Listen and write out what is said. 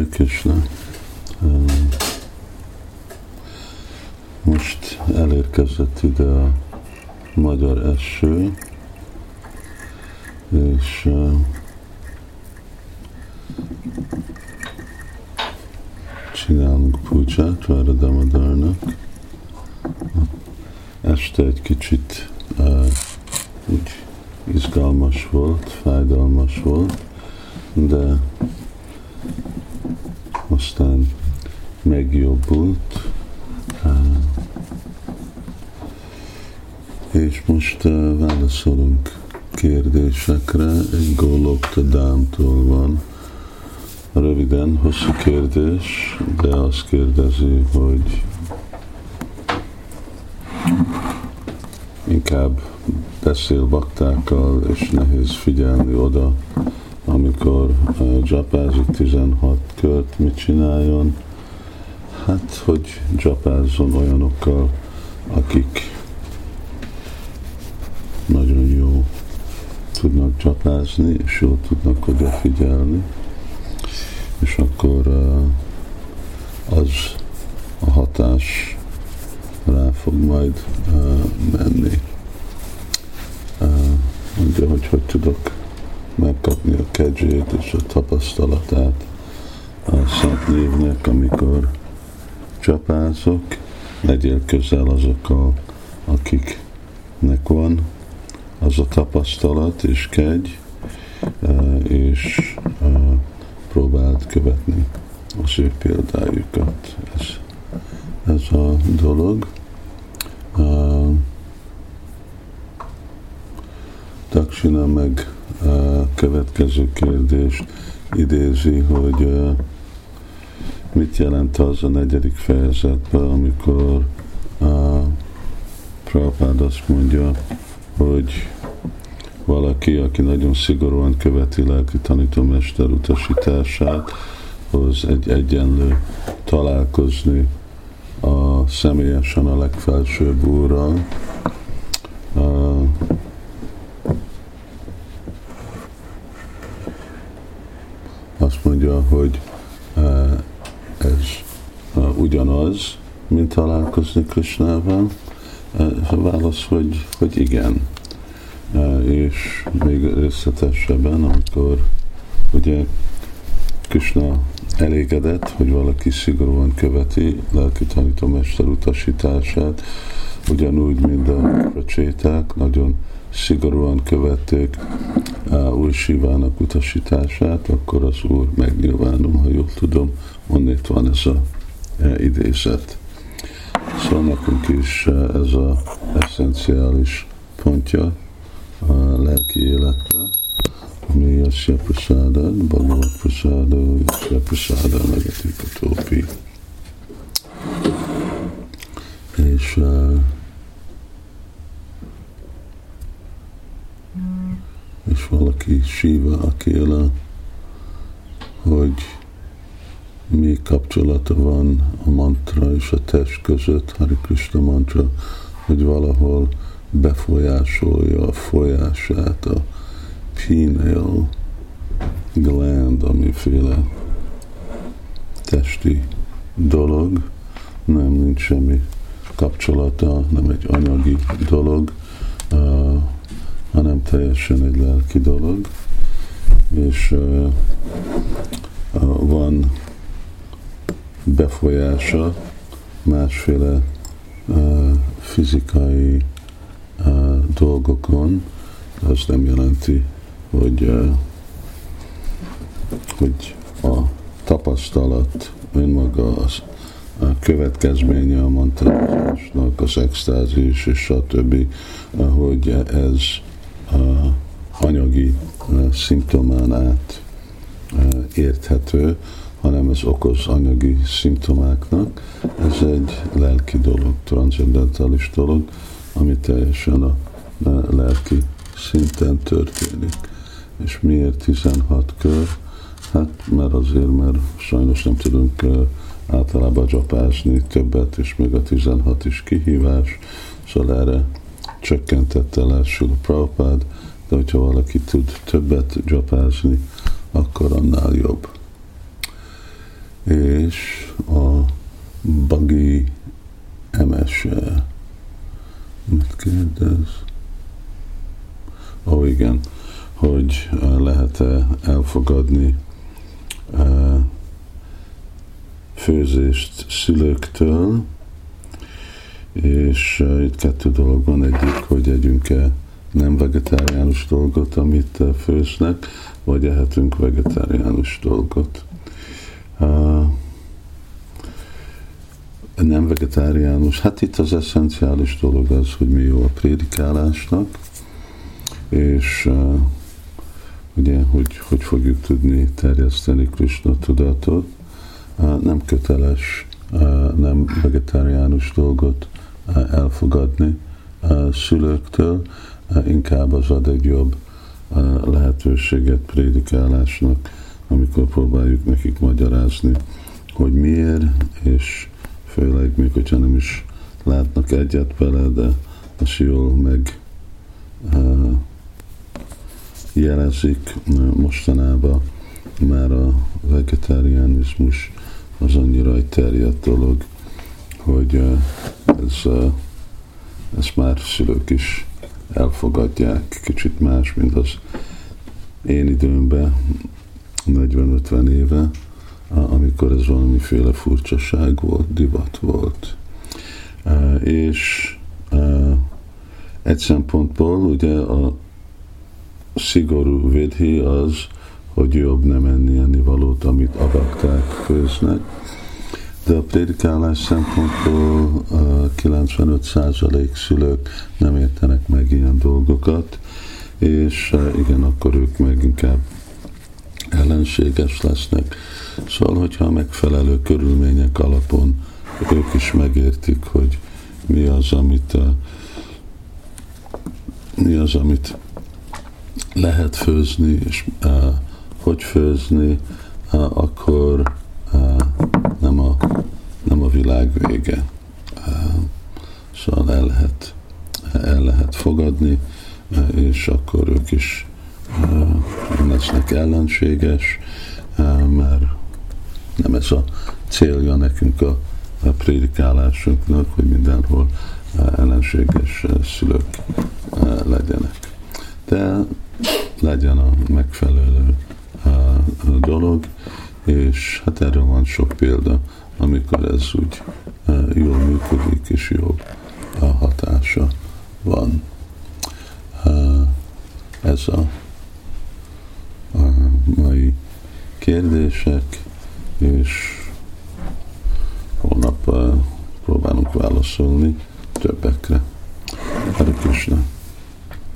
Hare Krishna. Most elérkezett ide a magyar eső, és csinálunk pújcsát Radha Damodarnak. Este egy kicsit úgy izgalmas volt, fájdalmas volt, de aztán megjobbult, és most válaszolunk kérdésekre. Egy Golokta Dámtól van. Röviden, hosszú kérdés, de azt kérdezi, hogy inkább beszél baktákkal, és nehéz figyelni oda, amikor dzsapázik 16 kört, mit csináljon? Hát, hogy dzsapázzon olyanokkal, akik nagyon jó tudnak dzsapázni, és jól tudnak odafigyelni, és akkor az a hatás rá fog majd menni. Mondja, hogy tudok megkapni a kegyét és a tapasztalatát a Szent Névnek, amikor csapázok, legyél közel azokkal, akiknek van az a tapasztalat és kegy, és próbáld követni az ő példájukat. Ez a dolog. Daksina meg következő kérdést idézi, hogy mit jelent az a 4. fejezetben, amikor Prabhupád azt mondja, hogy valaki, aki nagyon szigorúan követi lelki tanítómester utasítását, hoz egy egyenlő találkozni személyesen a legfelsőbb Úrral. Azt mondja, hogy ez ugyanaz, mint találkozni Krishnával. A válasz, hogy igen. És még részletesebben, amikor ugye Krishna elégedett, hogy valaki szigorúan követi lelki tanítómester utasítását, ugyanúgy, mint a pracséták, nagyon szigorúan követték Úr Sivának utasítását, akkor az Úr megnyilvánul, ha jól tudom, onnét van ez a idézet. Szóval nekünk is ez az eszenciális pontja a lelki életre, ami Yasya Prasada, Bhagavat Prasada, Yasya Prasada, Negatika Tópi. És valaki Shiva Akéla, hogy mi kapcsolata van a mantra és a test között, Hare Krishna mantra, hogy valahol befolyásolja a folyását, a pineal gland, amiféle testi dolog, nincs semmi kapcsolata, nem egy anyagi dolog, hanem teljesen egy lelki dolog, és van befolyása másféle fizikai dolgokon, az nem jelenti, hogy a tapasztalat önmaga az a következménye a mantrázásnak, az extázis és stb., hogy ez anyagi szimptomán át érthető, hanem ez okoz anyagi szimptomáknak. Ez egy lelki dolog, transzendentális dolog, ami teljesen a lelki szinten történik. És miért 16 kör? Hát mert sajnos nem tudunk általában dzsapázni többet, és még a 16 is kihívás, szóval erre csökkentette le Srila Prabhupád, de hogyha valaki tud többet dzsapázni, akkor annál jobb. és a Bagi Emese. Mit kérdez? Igen, hogy lehet-e elfogadni főzést szülőktől, és itt kettő dolog van. Egyik, hogy együnk-e nem vegetáriánus dolgot, amit főznek, vagy ehetünk vegetáriánus dolgot. Nem vegetáriánus, hát itt az eszenciális dolog az, hogy mi jó a prédikálásnak, és ugye, hogy fogjuk tudni terjeszteni Krisna tudatot. Nem köteles nem vegetáriánus dolgot elfogadni szülőktől, inkább az ad egy jobb lehetőséget prédikálásnak, amikor próbáljuk nekik magyarázni, hogy miért, és főleg még, hogyha nem is látnak egyet vele, de azt jól meg jelezik. Mostanában már a vegetáriánizmus az annyira egy terjedt dolog, hogy ezt már szülők is elfogadják. Kicsit más, mint az én időmben, 40-50 éve, amikor ez valamiféle furcsaság volt, divat volt. És egy szempontból ugye a szigorú vidhi az, hogy jobb nem enni ennivalót, amit adakták, főznek. De a prédikálás szempontból 95% szülők nem értenek meg ilyen dolgokat, és igen, akkor ők meg inkább ellenséges lesznek. Szóval, hogyha megfelelő körülmények alapon ők is megértik, hogy mi az, lehet főzni, és hogy főzni, akkor nem a világ vége. Szóval el lehet fogadni, és akkor ők is nem lesznek ellenséges, mert nem ez a célja nekünk a prédikálásunknak, hogy mindenhol ellenséges szülők legyenek. De legyen a megfelelő dolog, és hát erről van sok példa, amikor ez úgy jól működik, és jobb hatása van. Ez a mai kérdések, és holnap próbálunk válaszolni többekre. Hare Krishna!